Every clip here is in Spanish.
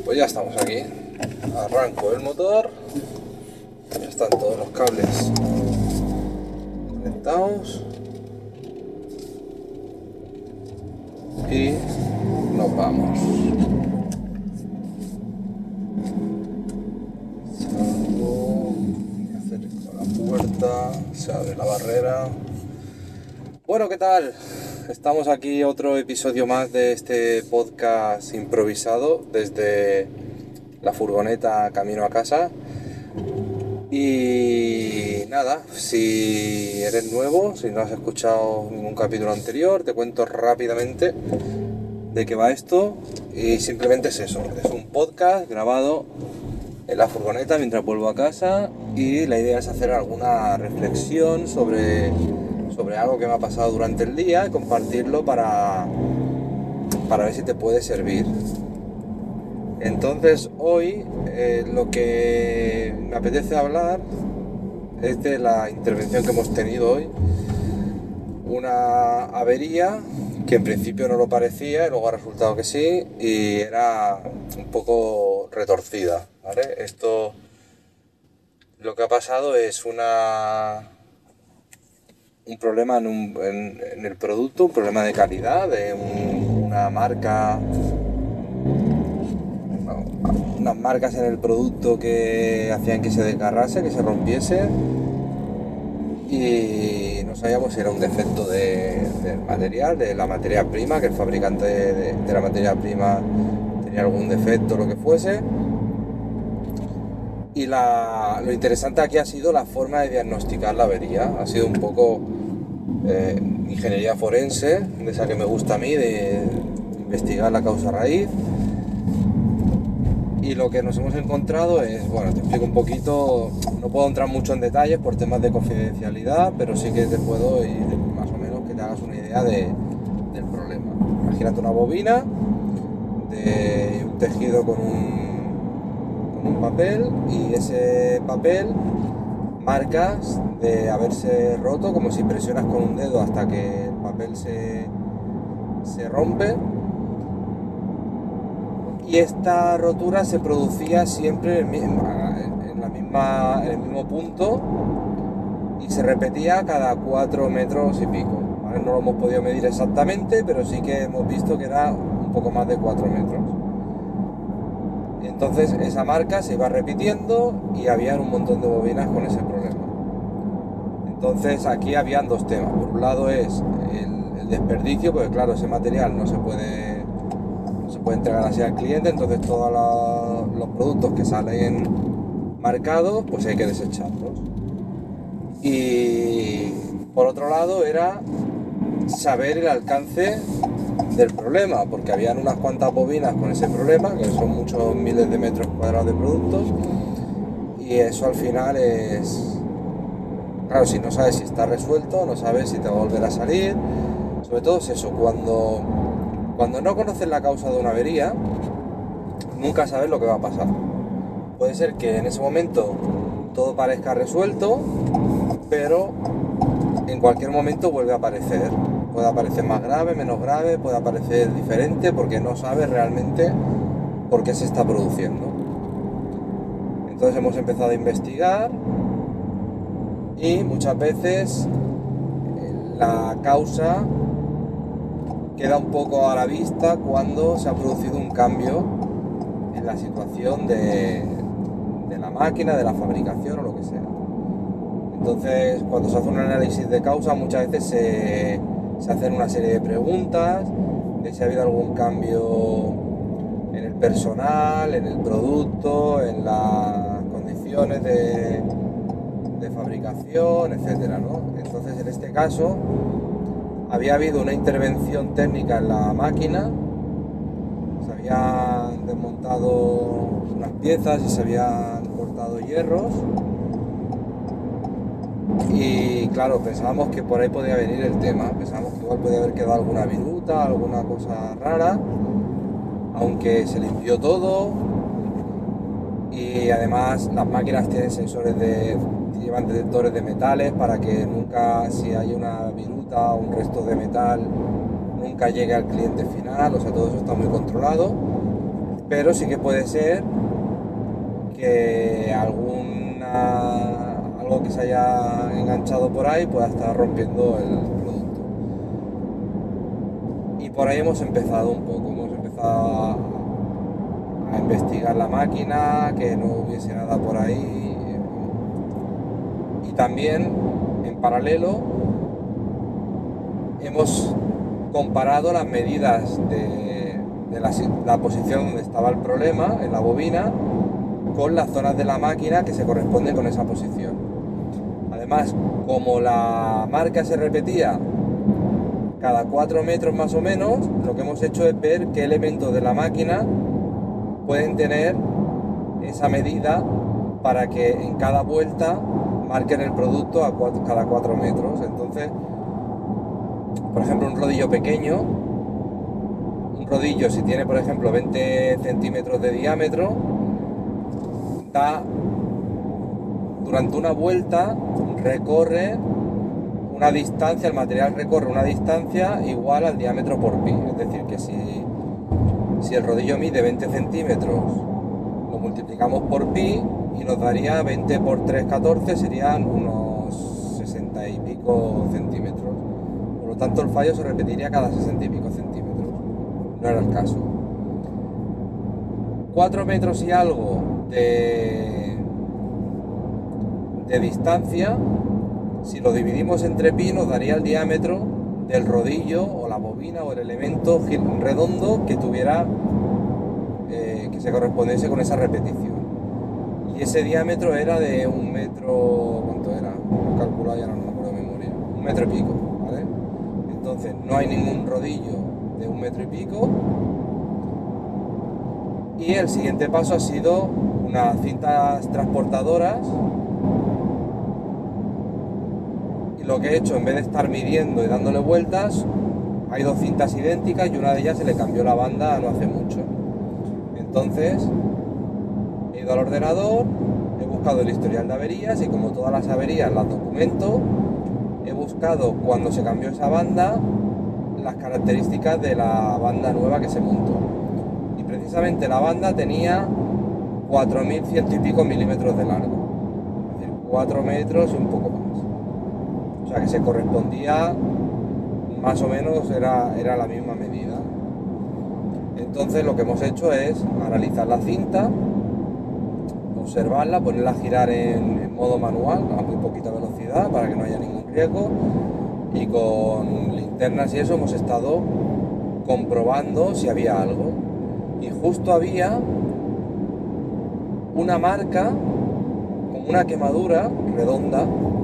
Pues ya estamos aquí. Arranco el motor. Ya están todos los cables conectados. Y nos vamos. Salgo, me acerco a la puerta, se abre la barrera. Bueno, ¿qué tal? Estamos aquí, otro episodio más de este podcast improvisado desde la furgoneta camino a casa. Y nada, si eres nuevo, si no has escuchado ningún capítulo anterior, te cuento rápidamente de qué va esto. Y simplemente es eso, es un podcast grabado en la furgoneta mientras vuelvo a casa, y la idea es hacer alguna reflexión sobre algo que me ha pasado durante el día y compartirlo para ver si te puede servir. Entonces hoy lo que me apetece hablar es de la intervención que hemos tenido hoy. Una avería que en principio no lo parecía y luego ha resultado que sí, y era un poco retorcida, ¿vale? Esto, lo que ha pasado es un problema en el producto, un problema de calidad de una marca, unas marcas en el producto que hacían que se desgarrase, que se rompiese, y no sabíamos si era un defecto del material, de la materia prima, que el fabricante de la materia prima tenía algún defecto, lo que fuese. Y lo interesante aquí ha sido la forma de diagnosticar la avería. Ha sido un poco ingeniería forense, de esa que me gusta a mí, de investigar la causa raíz. Y lo que nos hemos encontrado es, bueno, te explico un poquito, no puedo entrar mucho en detalles por temas de confidencialidad, pero sí que te puedo ir más o menos que te hagas una idea del problema. Imagínate una bobina de un tejido con un papel, y ese papel, marcas de haberse roto, como si presionas con un dedo hasta que el papel se rompe. Y esta rotura se producía siempre en el mismo punto, y se repetía cada 4 metros y pico, ¿vale? No lo hemos podido medir exactamente, pero sí que hemos visto que era un poco más de 4 metros. Y entonces esa marca se iba repitiendo y había un montón de bobinas con ese problema. Entonces aquí habían dos temas. Por un lado es el desperdicio, porque claro, ese material no se puede entregar así al cliente, entonces todos los productos que salen marcados pues hay que desecharlos. Y por otro lado era saber el alcance del problema, porque habían unas cuantas bobinas con ese problema, que son muchos miles de metros cuadrados de productos, y eso al final es, claro, si no sabes si está resuelto, no sabes si te va a volver a salir. Sobre todo es eso, cuando no conoces la causa de una avería, nunca sabes lo que va a pasar. Puede ser que en ese momento todo parezca resuelto, pero en cualquier momento vuelve a aparecer. Puede aparecer más grave, menos grave, puede aparecer diferente, porque no sabes realmente por qué se está produciendo. Entonces hemos empezado a investigar, y muchas veces la causa queda un poco a la vista cuando se ha producido un cambio en la situación de la máquina, de la fabricación o lo que sea. Entonces, cuando se hace un análisis de causa, muchas veces se hacen una serie de preguntas de si ha habido algún cambio en el personal, en el producto, en las condiciones de fabricación, etcétera, ¿no? Entonces, en este caso, había habido una intervención técnica en la máquina, se habían desmontado unas piezas y se habían cortado hierros, y claro, pensábamos que por ahí podía venir el tema, pensábamos que igual podía haber quedado alguna viruta, alguna cosa rara, aunque se limpió todo. Y además las máquinas tienen llevan detectores de metales para que nunca, si hay una viruta o un resto de metal, nunca llegue al cliente final. O sea, todo eso está muy controlado. pero sí que puede ser que algo que se haya enganchado por ahí pueda estar rompiendo el producto. Y por ahí hemos empezado un poco, hemos empezado a investigar la máquina, que no hubiese nada por ahí. Y también, en paralelo, hemos comparado las medidas de la posición donde estaba el problema, en la bobina, con las zonas de la máquina que se corresponden con esa posición. Además, como la marca se repetía cada 4 metros más o menos, lo que hemos hecho es ver qué elementos de la máquina pueden tener esa medida para que en cada vuelta marquen el producto cada 4 metros. Entonces, por ejemplo, un rodillo pequeño, un rodillo si tiene, por ejemplo, 20 centímetros de diámetro, durante una vuelta recorre una distancia, el material recorre una distancia igual al diámetro por pi. Es decir, que si el rodillo mide 20 centímetros, lo multiplicamos por pi y nos daría 20 por 3, 14, serían unos 60 y pico centímetros. Por lo tanto, el fallo se repetiría cada 60 y pico centímetros. No era el caso. 4 metros y algo de distancia, si lo dividimos entre pi, nos daría el diámetro del rodillo o la bobina o el elemento redondo que tuviera, que se correspondiese con esa repetición. Y ese diámetro era de 1 metro, ¿cuánto era? Lo calculo ya, no me acuerdo de memoria, 1 metro y pico, ¿vale? Entonces no hay ningún rodillo de 1 metro y pico. Y el siguiente paso ha sido unas cintas transportadoras. Y lo que he hecho, en vez de estar midiendo y dándole vueltas, hay 2 cintas idénticas y una de ellas se le cambió la banda no hace mucho. Entonces he ido al ordenador, he buscado el historial de averías y, como todas las averías las documento, he buscado cuando se cambió esa banda las características de la banda nueva que se montó. Y precisamente la banda tenía 4100 y pico milímetros de largo, es decir, 4 metros y un poco más. O sea que se correspondía, más o menos era la misma medida. Entonces lo que hemos hecho es analizar la cinta, observarla, ponerla a girar en modo manual a muy poquita velocidad para que no haya ningún riesgo, y con linternas y eso hemos estado comprobando si había algo. Y justo había una marca como una quemadura redonda,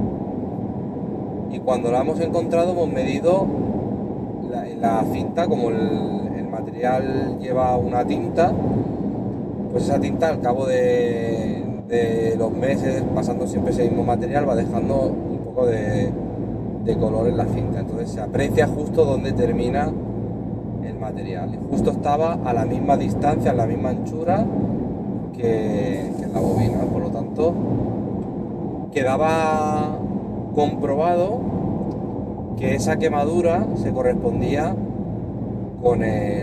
y cuando la hemos encontrado hemos medido la cinta, como el material lleva una tinta, pues esa tinta al cabo de los meses, pasando siempre ese mismo material, va dejando un poco de color en la cinta. Entonces se aprecia justo donde termina el material, y justo estaba a la misma distancia, a la misma anchura que en la bobina. Por lo tanto, quedaba comprobado que esa quemadura se correspondía con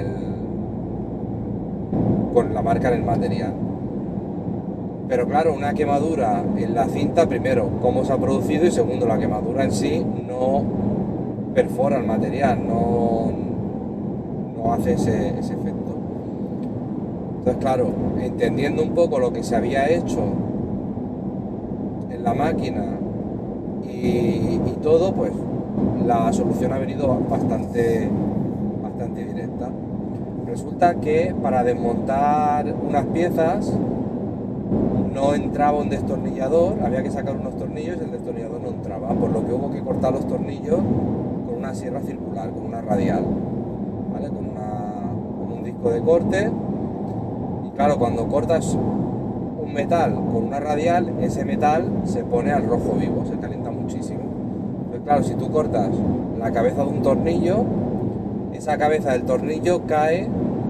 la marca en el material. Pero claro, una quemadura en la cinta, primero, cómo se ha producido, y segundo, la quemadura en sí no perfora el material, no hace ese efecto. Entonces, claro, entendiendo un poco lo que se había hecho en la máquina y todo, pues la solución ha venido bastante directa. Resulta que para desmontar unas piezas no entraba un destornillador, había que sacar unos tornillos y el destornillador no entraba, por lo que hubo que cortar los tornillos con una sierra circular, con una radial, ¿vale? Con un disco de corte. Y claro, cuando cortas un metal con una radial, ese metal se pone al rojo vivo, se calienta muchísimo. Pues claro, si tú cortas la cabeza de un tornillo, esa cabeza del tornillo cae,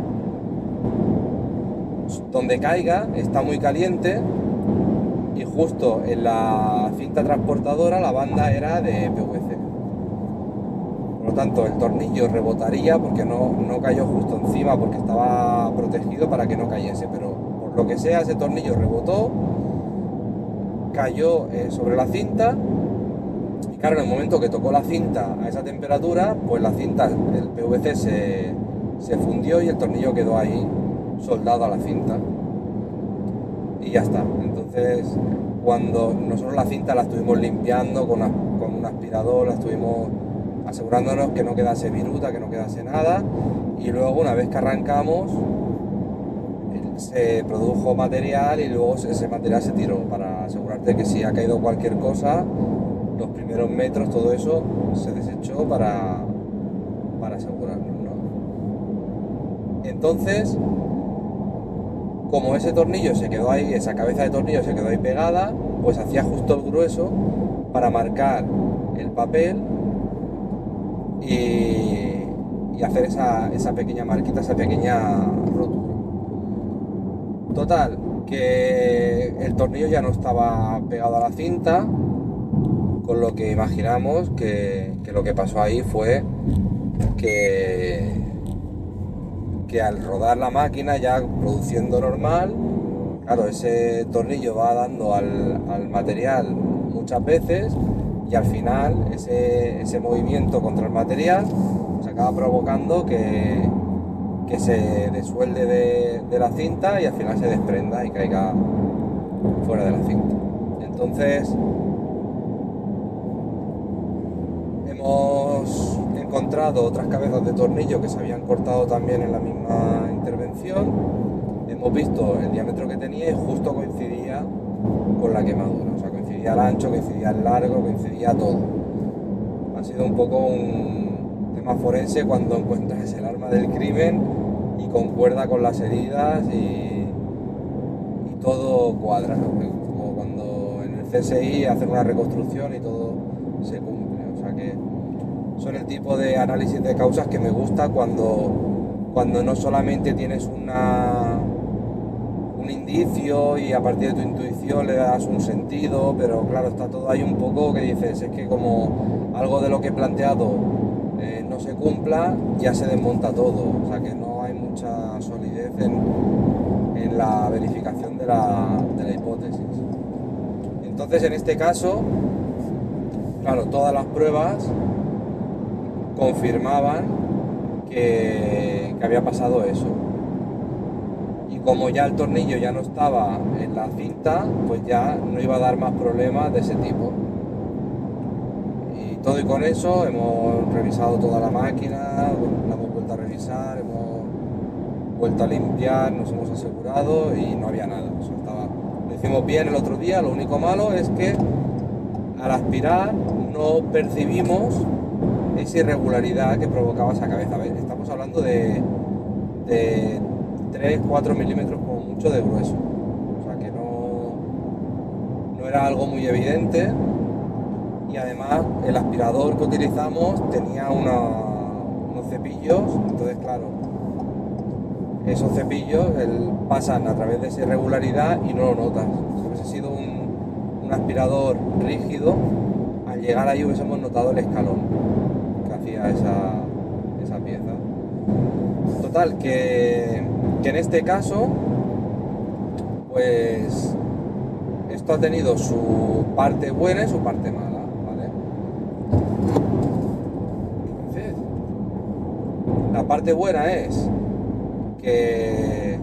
donde caiga está muy caliente, y justo en la cinta transportadora la banda era de PVC. Por lo tanto el tornillo rebotaría porque no cayó justo encima, porque estaba protegido para que no cayese, pero por lo que sea ese tornillo rebotó, cayó sobre la cinta. Y claro, en el momento que tocó la cinta a esa temperatura, pues la cinta, el PVC se fundió y el tornillo quedó ahí soldado a la cinta. Y ya está. Entonces, cuando nosotros la cinta la estuvimos limpiando con un aspirador, la estuvimos asegurándonos que no quedase viruta, que no quedase nada. Y luego, una vez que arrancamos, se produjo material y luego ese material se tiró para asegurarte que si ha caído cualquier cosa, los primeros metros, todo eso se desechó para asegurarnos, ¿no? Entonces, como ese tornillo se quedó ahí, esa cabeza de tornillo se quedó ahí pegada, pues hacía justo el grueso para marcar el papel y hacer esa pequeña marquita, esa pequeña rotura. Total, que el tornillo ya no estaba pegado a la cinta, con lo que imaginamos que lo que pasó ahí fue que al rodar la máquina ya produciendo normal, claro, ese tornillo va dando al material muchas veces y al final ese movimiento contra el material se acaba provocando que se desuelde de la cinta y al final se desprenda y caiga fuera de la cinta. Entonces hemos encontrado otras cabezas de tornillo que se habían cortado también en la misma intervención. Hemos visto el diámetro que tenía y justo coincidía con la quemadura, o sea, coincidía el ancho, coincidía el largo, coincidía todo. Ha sido un poco un tema forense cuando encuentras el arma del crimen y concuerda con las heridas y todo cuadra, ¿no? Como cuando en el CSI hacen una reconstrucción y todo se cumple. O sea que son el tipo de análisis de causas que me gusta cuando no solamente tienes un indicio y a partir de tu intuición le das un sentido, pero claro, está todo ahí un poco que dices, es que como algo de lo que he planteado no se cumpla, ya se desmonta todo, o sea que no hay mucha solidez en la verificación de la hipótesis. Entonces, en este caso, claro, todas las pruebas confirmaban que había pasado eso. Y como ya el tornillo ya no estaba en la cinta, pues ya no iba a dar más problemas de ese tipo. Y todo y con eso hemos revisado toda la máquina, la hemos vuelto a revisar, hemos vuelto a limpiar, nos hemos asegurado y no había nada. Eso lo hicimos bien el otro día, lo único malo es que al aspirar no percibimos esa irregularidad que provocaba esa cabeza. ¿Ves? Estamos hablando de 3-4 milímetros como mucho de grueso, o sea que no era algo muy evidente. Y además el aspirador que utilizamos tenía unos cepillos, entonces claro, esos cepillos pasan a través de esa irregularidad y no lo notas. Si hubiese sido un aspirador rígido, al llegar ahí hubiésemos notado el escalón que hacía esa pieza. Total, que en este caso, pues esto ha tenido su parte buena y su parte mala. La parte buena es que...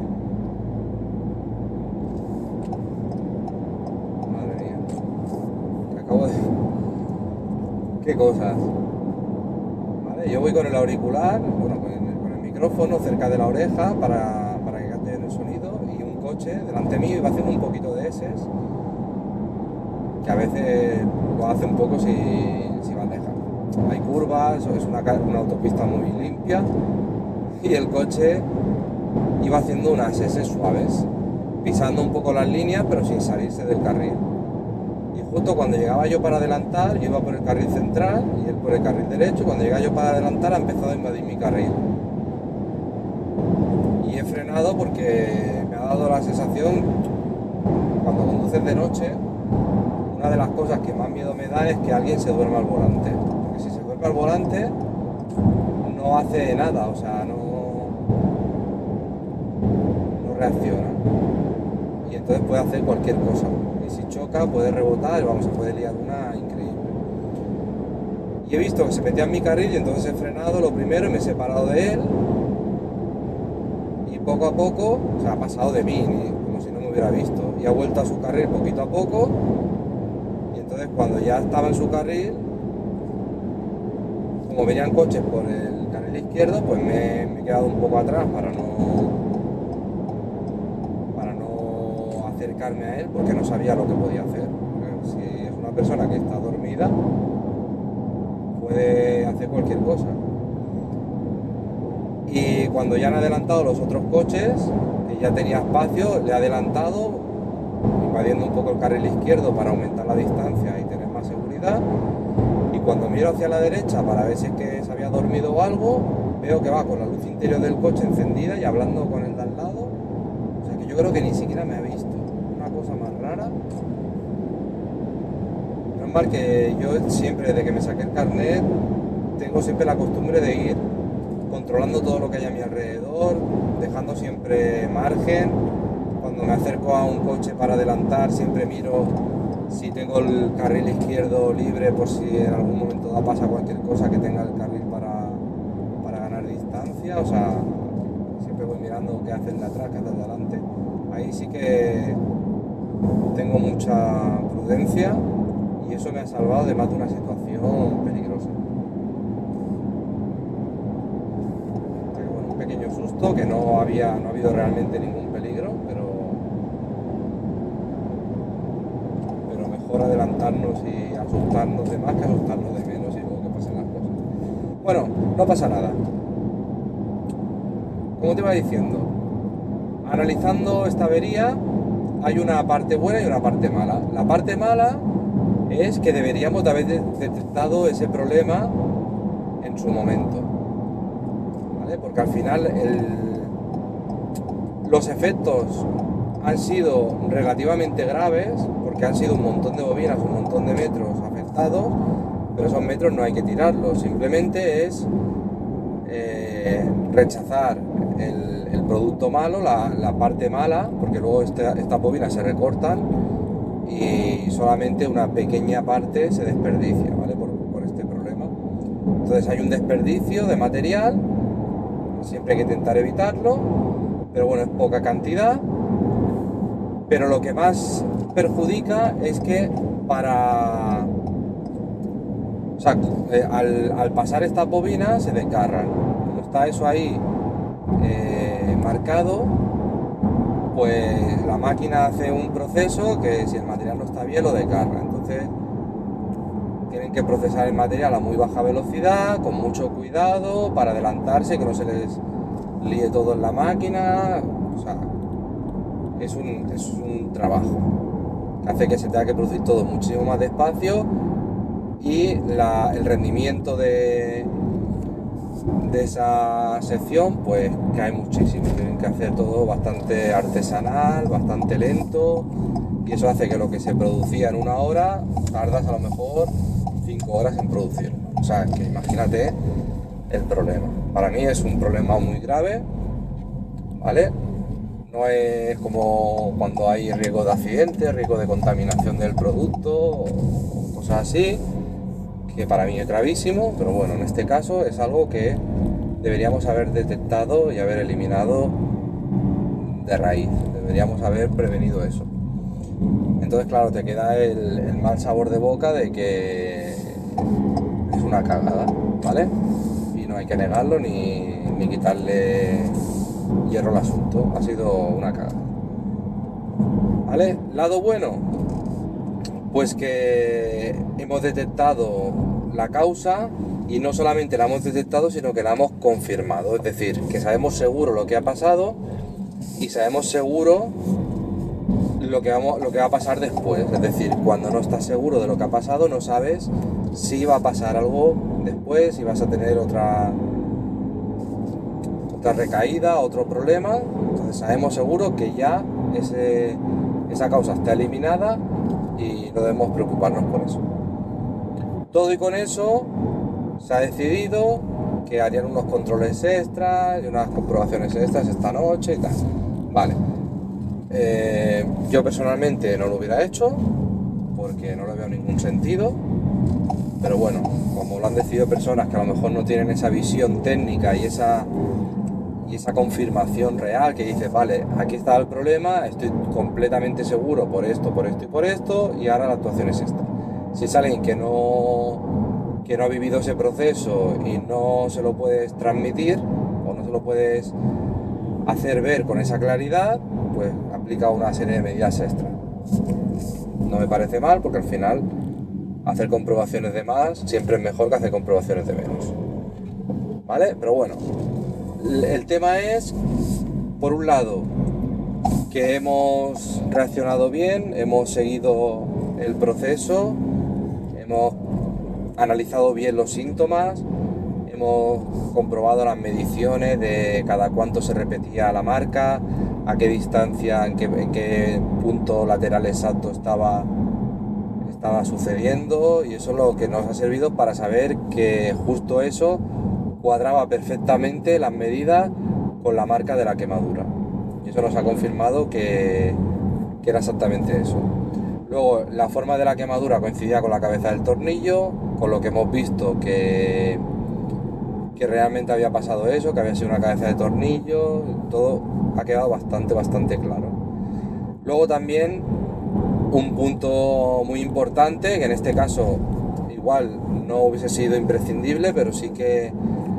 Madre mía, que acabo de... ¿Qué cosas? ¿Vale? Yo voy con el auricular, bueno, con el micrófono cerca de la oreja para que capte el sonido y un coche delante mío iba haciendo un poquito de eses que a veces lo hace un poco si va lejos. Hay curvas, es una autopista muy limpia y el coche iba haciendo unas S suaves, pisando un poco las líneas pero sin salirse del carril. Y justo cuando llegaba yo para adelantar, yo iba por el carril central y él por el carril derecho, cuando llegaba yo para adelantar ha empezado a invadir mi carril. Y he frenado porque me ha dado la sensación, cuando conduces de noche, una de las cosas que más miedo me da es que alguien se duerma al volante. Si se duerme al volante, no hace nada, o sea, no reacciona. Y entonces puede hacer cualquier cosa. Y si choca, puede rebotar, vamos, se puede liar una increíble. Y he visto que se metía en mi carril y entonces he frenado lo primero y me he separado de él. Y poco a poco, o sea, ha pasado de mí, como si no me hubiera visto. Y ha vuelto a su carril poquito a poco. Y entonces cuando ya estaba en su carril, como venían coches por el carril izquierdo, pues me he quedado un poco atrás para no acercarme a él, porque no sabía lo que podía hacer. Porque si es una persona que está dormida, puede hacer cualquier cosa. Y cuando ya han adelantado los otros coches, que ya tenía espacio, le he adelantado, invadiendo un poco el carril izquierdo para aumentar la distancia y tener más seguridad. Y cuando miro hacia la derecha para ver si es que se había dormido o algo, veo que va con la luz interior del coche encendida y hablando con el de al lado. O sea que yo creo que ni siquiera me ha visto. Una cosa más rara. Menos mal que yo siempre, desde que me saqué el carnet, tengo siempre la costumbre de ir controlando todo lo que hay a mi alrededor, dejando siempre margen. Cuando me acerco a un coche para adelantar, siempre miro si tengo el carril izquierdo libre, por si en algún momento pasa cualquier cosa, que tenga el carril para ganar distancia. O sea, siempre voy mirando qué hacen de atrás, qué hacen de adelante. Ahí sí que tengo mucha prudencia y eso me ha salvado de más de una situación peligrosa. Un pequeño susto, que no ha habido realmente ningún peligro, pero mejor adelantarnos y asustarnos de más que asustarnos de menos y luego que pasen las cosas. Bueno, no pasa nada. Como te iba diciendo, analizando esta avería, hay una parte buena y una parte mala. La parte mala es que deberíamos de haber detectado ese problema en su momento, ¿vale? Porque al final los efectos han sido relativamente graves, porque han sido un montón de bobinas, un montón de metros afectados, pero esos metros no hay que tirarlos, simplemente es rechazar el producto malo, la parte mala, porque luego estas bobinas se recortan y solamente una pequeña parte se desperdicia, ¿vale? Por este problema. Entonces hay un desperdicio de material, siempre hay que intentar evitarlo, pero bueno, es poca cantidad. Pero lo que más perjudica es que al pasar estas bobinas se desgarran. Como está eso ahí marcado, pues la máquina hace un proceso que, si el material no está bien, lo desgarra. Entonces tienen que procesar el material a muy baja velocidad, con mucho cuidado, para adelantarse, que no se les líe todo en la máquina. O sea, es un trabajo que hace que se tenga que producir todo muchísimo más despacio y el rendimiento de esa sección pues cae muchísimo. Tienen que hacer todo bastante artesanal, bastante lento, y eso hace que lo que se producía en 1 hora tardas a lo mejor 5 horas en producirlo. O sea, que imagínate el problema. Para mí es un problema muy grave, ¿vale? No es como cuando hay riesgo de accidente, riesgo de contaminación del producto o cosas así, que para mí es gravísimo, pero bueno, en este caso es algo que deberíamos haber detectado y haber eliminado de raíz. Deberíamos haber prevenido eso. Entonces, claro, te queda el mal sabor de boca de que es una cagada, ¿vale? Y no hay que negarlo ni quitarle hierro al asunto. Ha sido una cagada, ¿vale? Lado bueno, pues que hemos detectado la causa, y no solamente la hemos detectado, sino que la hemos confirmado. Es decir, que sabemos seguro lo que ha pasado y sabemos seguro lo que va a pasar después. Es decir, cuando no estás seguro de lo que ha pasado, no sabes si va a pasar algo después, si vas a tener otra recaída, otro problema. Entonces sabemos seguro que ya esa causa está eliminada y no debemos preocuparnos por eso. Todo y con eso se ha decidido que harían unos controles extras y unas comprobaciones extras esta noche y tal. Vale. Yo personalmente no lo hubiera hecho porque no le veo ningún sentido, pero bueno, como lo han decidido personas que a lo mejor no tienen esa visión técnica y esa confirmación real que dice, vale, aquí está el problema, estoy completamente seguro por esto y por esto, y ahora la actuación es esta. Si es alguien que no ha vivido ese proceso y no se lo puedes transmitir o no se lo puedes hacer ver con esa claridad, pues aplica una serie de medidas extras. No me parece mal, porque al final hacer comprobaciones de más siempre es mejor que hacer comprobaciones de menos, ¿vale? Pero bueno, el tema es, por un lado, que hemos reaccionado bien, hemos seguido el proceso, hemos analizado bien los síntomas, hemos comprobado las mediciones de cada cuánto se repetía la marca, a qué distancia, en qué punto lateral exacto estaba sucediendo, y eso es lo que nos ha servido para saber que justo eso cuadraba perfectamente las medidas con la marca de la quemadura, y eso nos ha confirmado que era exactamente eso. Luego, la forma de la quemadura coincidía con la cabeza del tornillo, con lo que hemos visto que realmente había pasado eso, que había sido una cabeza de tornillo, todo ha quedado bastante claro. Luego también un punto muy importante, que en este caso igual no hubiese sido imprescindible, pero sí que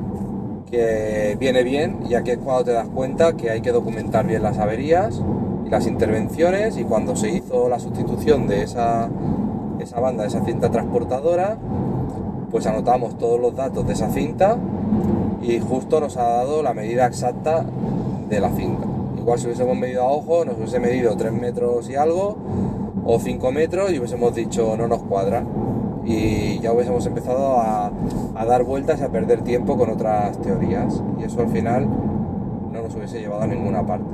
viene bien, ya que es cuando te das cuenta que hay que documentar bien las averías y las intervenciones, y cuando se hizo la sustitución de esa banda, de esa cinta transportadora, pues anotamos todos los datos de esa cinta y justo nos ha dado la medida exacta de la cinta. Igual si hubiésemos medido a ojo, nos hubiese medido 3 metros y algo, o 5 metros, y hubiésemos dicho no nos cuadra, y ya hubiésemos empezado a dar vueltas y a perder tiempo con otras teorías, y eso al final no nos hubiese llevado a ninguna parte.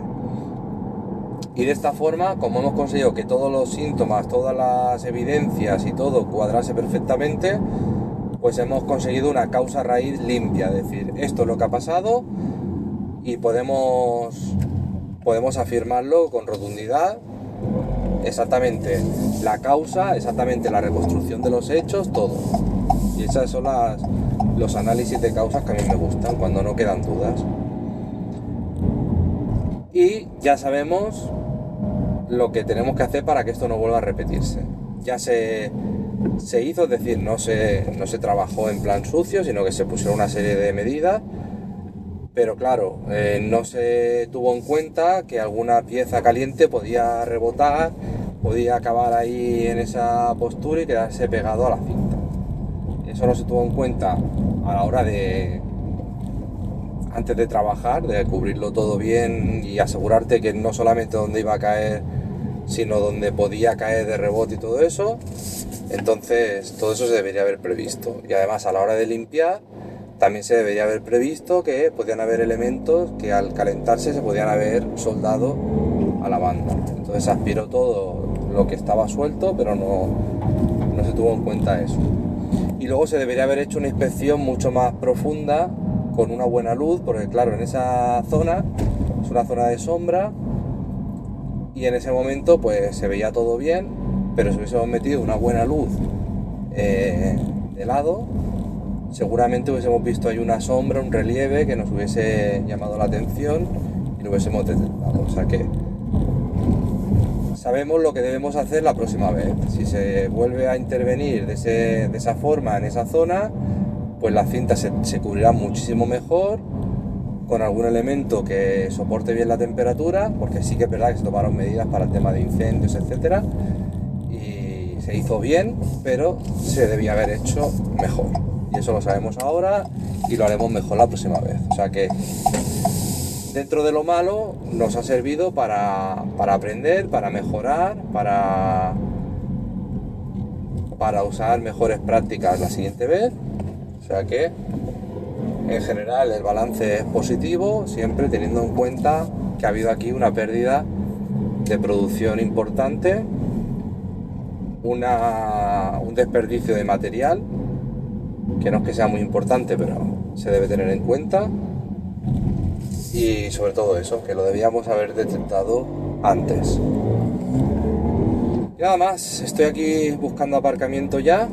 Y de esta forma, como hemos conseguido que todos los síntomas, todas las evidencias y todo cuadrase perfectamente, pues hemos conseguido una causa raíz limpia, es decir, esto es lo que ha pasado, y podemos afirmarlo con rotundidad, exactamente la causa, exactamente la reconstrucción de los hechos, todo. Y esas son los análisis de causas que a mí me gustan, cuando no quedan dudas. Y ya sabemos lo que tenemos que hacer para que esto no vuelva a repetirse. Ya se hizo, es decir, no se trabajó en plan sucio, sino que se pusieron una serie de medidas, pero claro, no se tuvo en cuenta que alguna pieza caliente podía rebotar, podía acabar ahí en esa postura y quedarse pegado a la cinta. Eso no se tuvo en cuenta a la hora antes de trabajar, de cubrirlo todo bien y asegurarte que no solamente donde iba a caer, sino donde podía caer de rebote y todo eso. Entonces todo eso se debería haber previsto, y además a la hora de limpiar también se debería haber previsto que podían haber elementos que al calentarse se podían haber soldado a la banda. Entonces aspiró todo lo que estaba suelto, pero no se tuvo en cuenta eso. Y luego se debería haber hecho una inspección mucho más profunda, con una buena luz, porque claro, en esa zona es una zona de sombra, y en ese momento pues se veía todo bien, pero si hubiésemos metido una buena luz de lado, seguramente hubiésemos visto ahí una sombra, un relieve que nos hubiese llamado la atención y lo hubiésemos detectado. O sea que sabemos lo que debemos hacer la próxima vez. Si se vuelve a intervenir de esa forma en esa zona, pues las cintas se cubrirán muchísimo mejor, con algún elemento que soporte bien la temperatura, porque sí que es verdad que se tomaron medidas para el tema de incendios, etcétera, y se hizo bien, pero se debía haber hecho mejor, y eso lo sabemos ahora y lo haremos mejor la próxima vez. O sea que dentro de lo malo nos ha servido para aprender, para mejorar, para usar mejores prácticas la siguiente vez. O sea que en general el balance es positivo, siempre teniendo en cuenta que ha habido aquí una pérdida de producción importante, un desperdicio de material, que no es que sea muy importante, pero se debe tener en cuenta, y sobre todo eso, que lo debíamos haber detectado antes. Y nada más, estoy aquí buscando aparcamiento ya,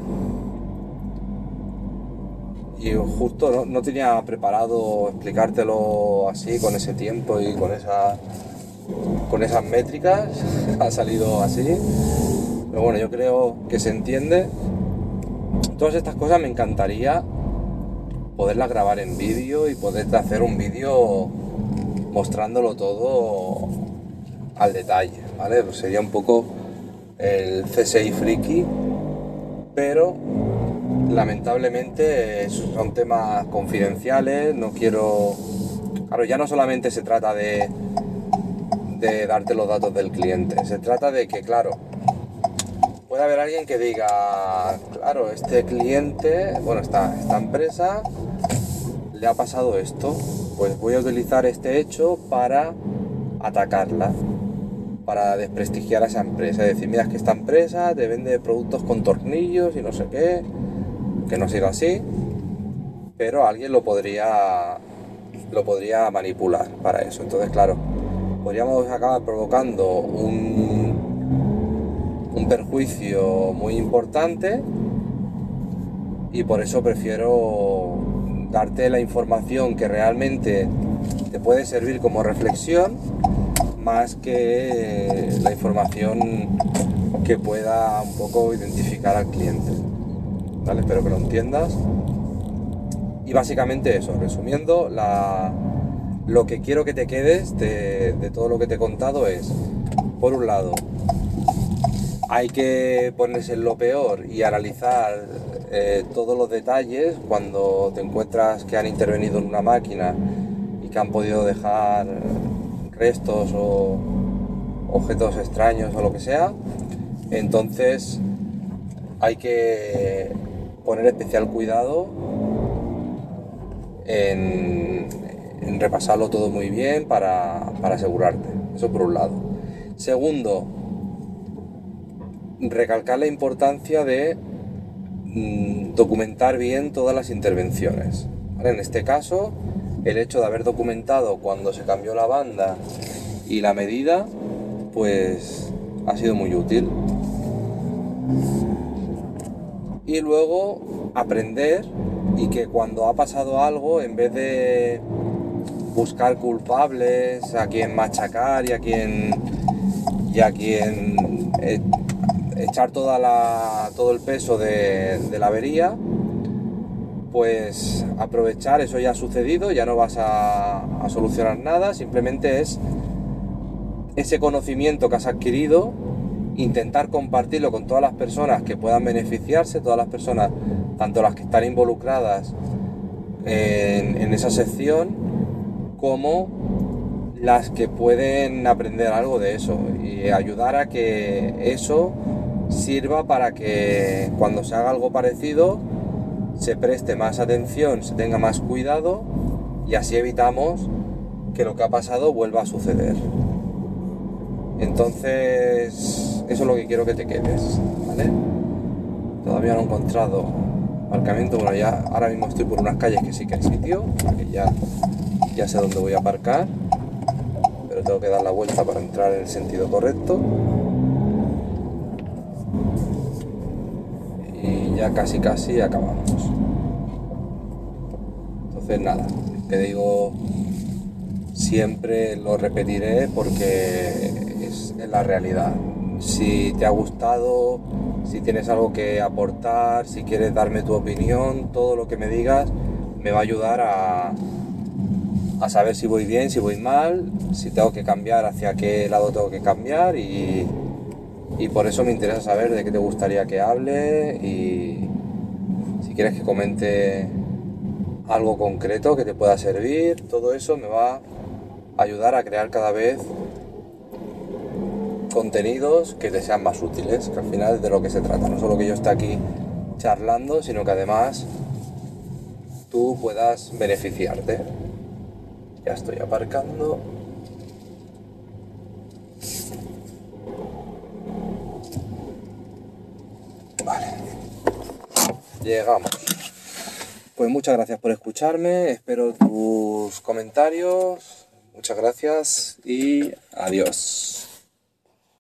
y justo no tenía preparado explicártelo así, con ese tiempo y con esas métricas. Ha salido así, pero bueno, yo creo que se entiende. Todas estas cosas me encantaría poderlas grabar en vídeo y poder hacer un vídeo mostrándolo todo al detalle, ¿vale? Pues sería un poco el CSI friki, pero lamentablemente son temas confidenciales. No quiero... Claro, ya no solamente se trata de darte los datos del cliente, se trata de que, claro, puede haber alguien que diga, claro, este cliente, bueno, esta empresa le ha pasado esto, pues voy a utilizar este hecho para atacarla, para desprestigiar a esa empresa. Es decir, mira, es que esta empresa te vende productos con tornillos y no sé qué, que no ha sido así, pero alguien lo podría manipular para eso. Entonces, claro, podríamos acabar provocando un perjuicio muy importante, y por eso prefiero darte la información que realmente te puede servir como reflexión, más que la información que pueda un poco identificar al cliente, ¿vale? Espero que lo entiendas. Y básicamente eso, resumiendo, lo que quiero que te quedes de todo lo que te he contado es, por un lado, hay que ponerse en lo peor y analizar todos los detalles cuando te encuentras que han intervenido en una máquina y que han podido dejar restos o objetos extraños o lo que sea. Entonces hay que poner especial cuidado en repasarlo todo muy bien para asegurarte. Eso por un lado. Segundo, recalcar la importancia de documentar bien todas las intervenciones, ¿vale? En este caso, el hecho de haber documentado cuando se cambió la banda y la medida, pues ha sido muy útil. Y luego aprender, y que cuando ha pasado algo, en vez de buscar culpables, a quien machacar y a quien echar todo el peso de la avería, pues aprovechar, eso ya ha sucedido, ya no vas a solucionar nada, simplemente es ese conocimiento que has adquirido, intentar compartirlo con todas las personas que puedan beneficiarse, todas las personas, tanto las que están involucradas en esa sección, como las que pueden aprender algo de eso, y ayudar a que eso sirva para que cuando se haga algo parecido se preste más atención, se tenga más cuidado, y así evitamos que lo que ha pasado vuelva a suceder. Entonces, eso es lo que quiero que te quedes, ¿vale? Todavía no he encontrado aparcamiento. Bueno, ya ahora mismo estoy por unas calles que sí que hay sitio, porque ya sé dónde voy a aparcar, pero tengo que dar la vuelta para entrar en el sentido correcto. Y ya casi acabamos. Entonces nada, te digo, siempre lo repetiré porque es la realidad. Si te ha gustado, si tienes algo que aportar, si quieres darme tu opinión, todo lo que me digas me va a ayudar a saber si voy bien, si voy mal, si tengo que cambiar, hacia qué lado tengo que cambiar, y por eso me interesa saber de qué te gustaría que hable, y si quieres que comente algo concreto que te pueda servir. Todo eso me va a ayudar a crear cada vez contenidos que te sean más útiles, que al final es de lo que se trata, no solo que yo esté aquí charlando, sino que además tú puedas beneficiarte. Ya estoy aparcando. Vale, llegamos. pues muchas gracias por escucharme, espero tus comentarios, muchas gracias y adiós.